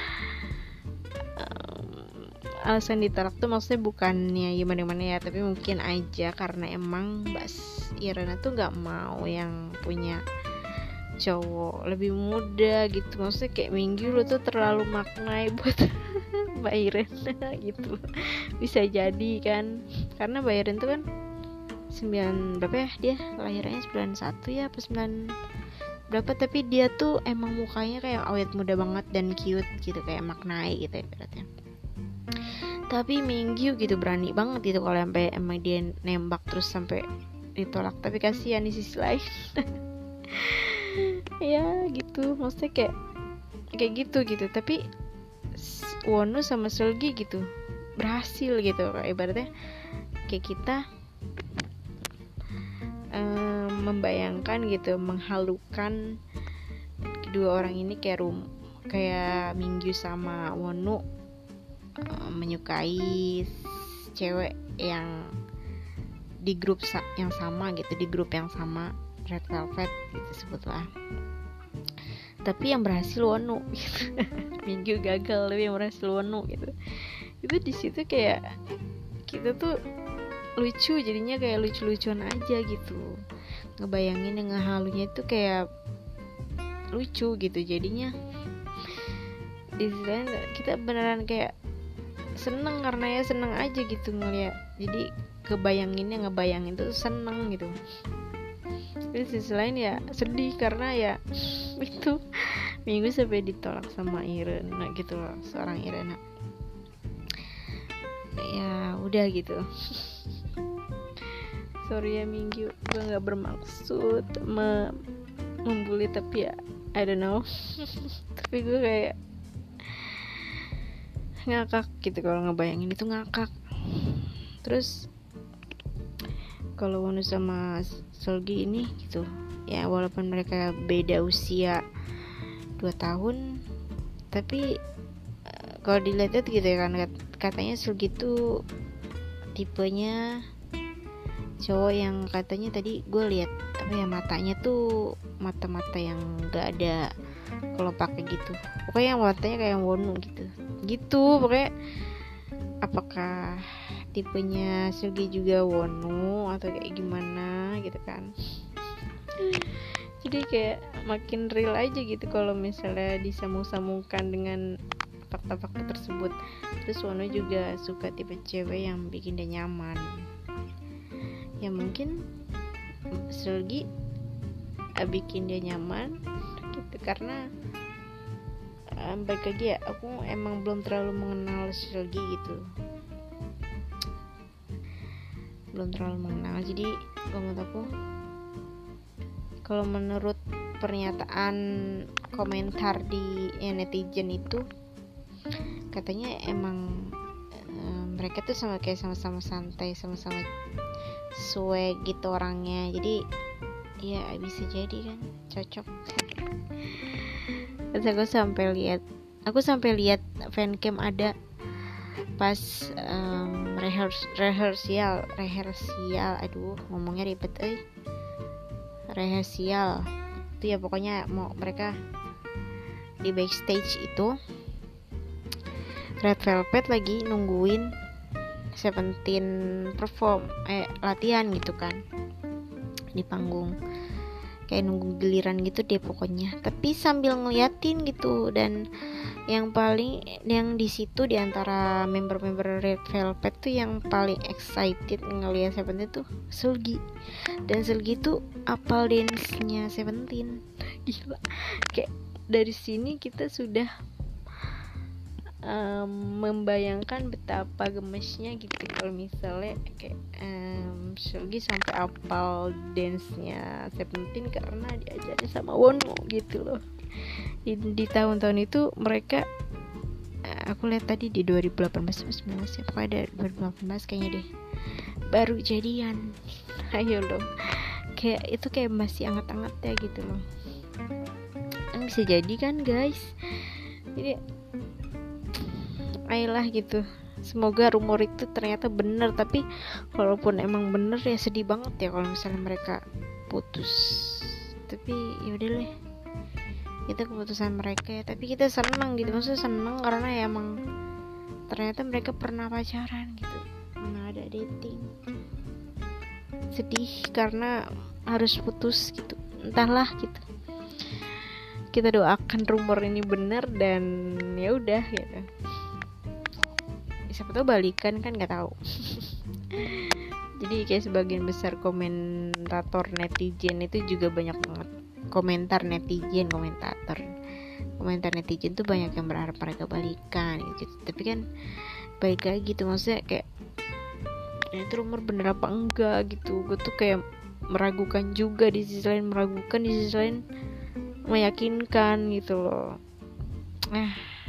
Speaker 1: alasan ditolak tuh maksudnya bukannya gimana-gimana ya, tapi mungkin aja karena emang Mbak Irena tuh gak mau yang punya cowok lebih muda gitu. Maksudnya kayak Minggu lu tuh terlalu maknai buat Mbak Iren gitu. Bisa jadi kan, karena Mbak Iren tuh kan sembilan berapa ya, dia lahirnya sembilan satu ya apa sembilan berapa, tapi dia tuh emang mukanya kayak awet muda banget dan cute gitu, kayak maknai gitu ya beratnya. Tapi Minggu gitu berani banget gitu kalau sampai emang dia nembak terus sampai ditolak, tapi kasihan di sisi lain. Ya gitu, maksudnya kayak kayak gitu gitu. Tapi Wonu sama Seulgi gitu berhasil gitu, kayak ibaratnya kayak kita um, membayangkan gitu, menghalukan kedua orang ini kayak rum kayak Minggu sama Wonu um, menyukai cewek yang di grup sa- yang sama gitu, di grup yang sama Red Velvet gitu sebutlah. Tapi yang berhasil Wonu gitu. Minggu gagal tapi yang berhasil Wonu gitu. Itu di situ kayak kita tuh lucu, jadinya kayak lucu-lucuan aja gitu. Ngebayangin yang ngehalunya itu kayak lucu gitu. Jadinya di sini kita beneran kayak seneng, karena ya seneng aja gitu ngeliat. Jadi kebayanginnya ngebayangin tuh seneng gitu. Tapi sisi lain ya sedih karena ya itu Minggu sampai ditolak sama Irena gitu loh, seorang Irena. Ya udah gitu. Sorry ya Minggu, gue nggak bermaksud me- membuli, tapi ya I don't know. Tapi gue kayak ngakak gitu kalau ngebayangin itu, ngakak. Terus kalau Wonu sama Seulgi ini gitu ya, walaupun mereka beda usia dua tahun, tapi uh, kalau dilihat gitu ya kan, katanya Seulgi tuh tipenya cowok yang katanya tadi gue lihat apa ya, matanya tuh mata-mata yang gak ada kelopaknya gitu, pokoknya matanya kayak Wonu gitu gitu pokoknya. Apakah tipenya Seulgi juga Wonu atau kayak gimana gitu kan. Jadi kayak makin real aja gitu kalau misalnya disambung-sambungkan dengan fakta-fakta tersebut. Terus Wonu juga suka tipe cewek yang bikin dia nyaman. Ya mungkin Seulgi bikin dia nyaman gitu karena um, balik lagi ya, aku emang belum terlalu mengenal Seulgi gitu, belum terlalu mengenal. Jadi kalau menurut aku, kalau menurut pernyataan komentar di ya, netizen itu katanya emang um, mereka tuh sama kayak sama-sama santai, sama-sama swag gitu orangnya. Jadi ya bisa jadi kan cocok. Terus aku sampai lihat, aku sampai lihat fancam ada pas um, rehears- rehearsal rehearsal aduh ngomongnya ribet eh rehearsal itu ya, pokoknya mau mereka di backstage itu Red Velvet lagi nungguin Seventeen perform eh latihan gitu kan di panggung, kayak nunggu giliran gitu deh pokoknya, tapi sambil ngeliatin gitu. Dan yang paling yang di situ di antara member-member Red Velvet tuh yang paling excited ngeliat Seventeen tuh Seulgi. Dan Seulgi tuh apal dance-nya Seventeen. Gila. Kayak dari sini kita sudah um, membayangkan betapa gemesnya gitu kalau misalnya kayak um, Seulgi sampai apal dance-nya Seventeen karena diajarin sama Wonu gitu loh. Di, di tahun-tahun itu mereka, aku lihat tadi di dua ribu delapan belas sembilan belas ya, pokoknya dari dua ribu delapan belas kayaknya deh baru jadian. Ayo loh, kayak itu kayak masih anget-anget ya gitu loh. Kan bisa jadi kan guys. Jadi ayolah gitu, semoga rumor itu ternyata benar. Tapi walaupun emang benar ya sedih banget ya kalau misalnya mereka putus. Tapi yaudah deh, itu keputusan mereka ya. Tapi kita seneng gitu, maksudnya seneng karena ya emang ternyata mereka pernah pacaran gitu, pernah ada dating. Sedih karena harus putus gitu, entahlah gitu. Kita doakan rumor ini benar dan ya udah gitu. siapa tahu balikan kan, nggak tahu. Jadi kayak sebagian besar komentator netizen itu juga banyak banget komentar netizen komentator komentar netizen tuh banyak yang berharap mereka balikan gitu. Tapi kan balik lagi gitu, maksudnya kayak ini tuh rumor bener apa enggak gitu. Gue tuh kayak meragukan juga, di sisi lain meragukan, di sisi lain meyakinkan gitu loh. Nah,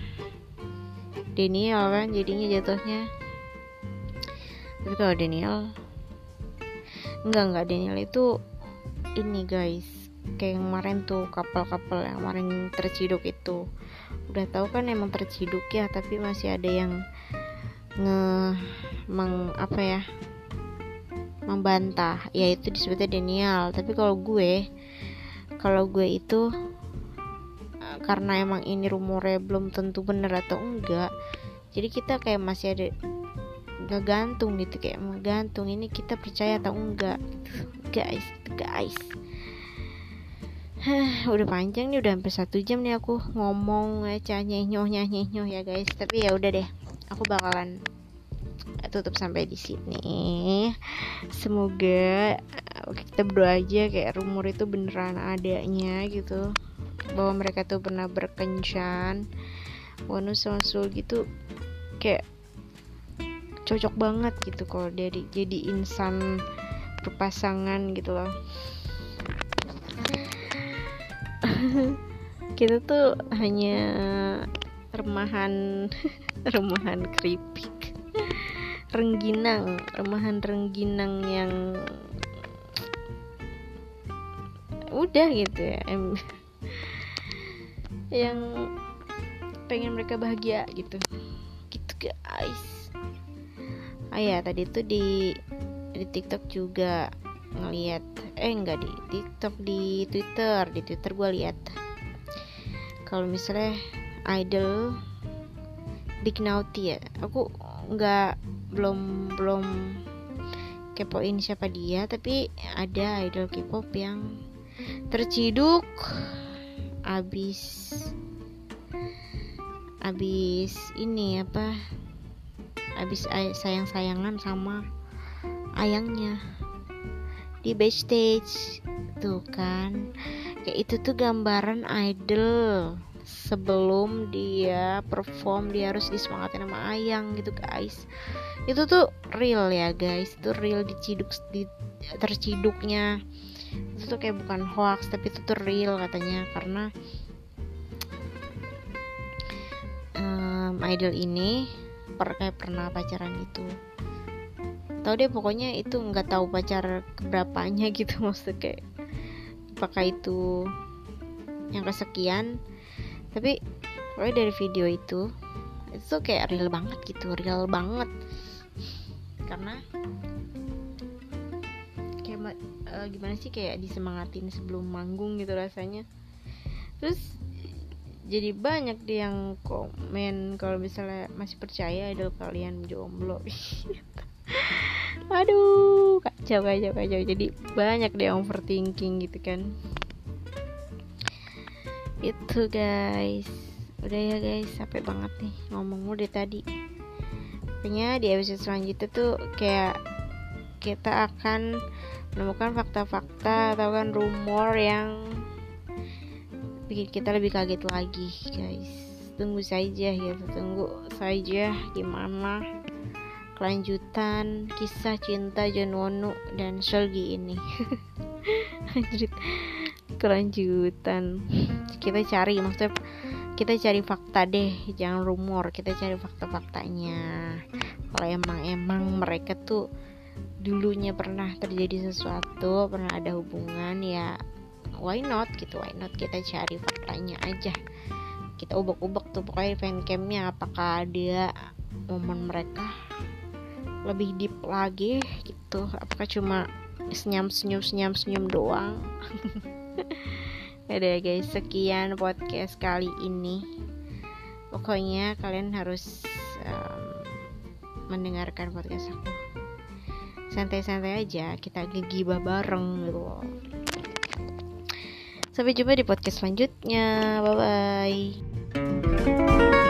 Speaker 1: Daniel kan jadinya jatuhnya. Tapi kalau Daniel enggak enggak Daniel itu ini guys, kayak yang kemarin tuh kapal-kapal yang kemarin terciduk itu, udah tahu kan emang terciduk ya, tapi masih ada yang nge meng apa ya membantah, yaitu disebutnya Daniel. Tapi kalau gue kalau gue itu karena emang ini rumornya belum tentu bener atau enggak, jadi kita kayak masih ada ngegantung gitu, kayak menggantung ini kita percaya atau enggak gitu. guys guys Hah, udah panjang nih, udah hampir satu jam nih aku ngomong aja nyenyoh nyenyoh ya guys. Tapi ya udah deh, aku bakalan tutup sampai di sini. Semoga kita berdoa aja kayak rumor itu beneran adanya gitu, bahwa mereka tuh pernah berkencan bonus konsul gitu, kayak cocok banget gitu kalau dari jadi insan berpasangan gitu loh. Kita tuh hanya remahan remahan keripik, rengginang, remahan rengginang yang udah gitu ya, em yang pengen mereka bahagia gitu gitu guys. Ah ya, tadi tuh di di TikTok juga ngelihat, eh enggak di TikTok, di Twitter, di Twitter gue lihat kalau misalnya idol Big Naughty ya, aku nggak belum belum kepoin siapa dia, tapi ada idol K-pop yang terciduk abis abis ini apa abis sayang-sayangan sama ayangnya di backstage tuh kan. Kayak itu tuh gambaran idol sebelum dia perform, dia harus disemangatin sama ayang gitu guys. Itu tuh real ya guys, itu real diciduk di, terciduknya itu tuh kayak bukan hoax, tapi itu tuh real katanya, karena um, idol ini per, kayak pernah pacaran gitu. Tahu deh pokoknya itu, nggak tahu pacar keberapanya gitu, maksudnya kayak apakah itu yang kesekian, tapi pokoknya dari video itu itu tuh kayak real banget gitu, real banget, karena kayak uh, gimana sih, kayak disemangatin sebelum manggung gitu rasanya. Terus jadi banyak deh yang komen kalau misalnya masih percaya idol kalian jomblo. Aduh, kacau kacau kacau. Jadi banyak deh overthinking gitu kan. Itu guys. Udah ya guys, capek banget nih ngomong udah tadi. Pokoknya di episode selanjutnya tuh kayak kita akan menemukan fakta-fakta atau kan rumor yang bikin kita lebih kaget lagi guys. Tunggu saja ya, tunggu saja gimana kelanjutan kisah cinta Junwonu dan Seulgi ini. Anjir, kelanjutan kita cari, maksudnya kita cari fakta deh, jangan rumor, kita cari fakta-faktanya. Kalau emang-emang mereka tuh dulunya pernah terjadi sesuatu, pernah ada hubungan, ya why not gitu, why not kita cari faktanya aja, kita ubek-ubek tuh pokoknya fancamnya, apakah ada momen mereka lebih deep lagi gitu, apakah cuma senyum senyum senyum senyum doang. Udah guys, sekian podcast kali ini. Pokoknya kalian harus um, mendengarkan podcast aku santai-santai aja, kita gegibah bareng gitu loh. Sampai jumpa di podcast selanjutnya, bye bye.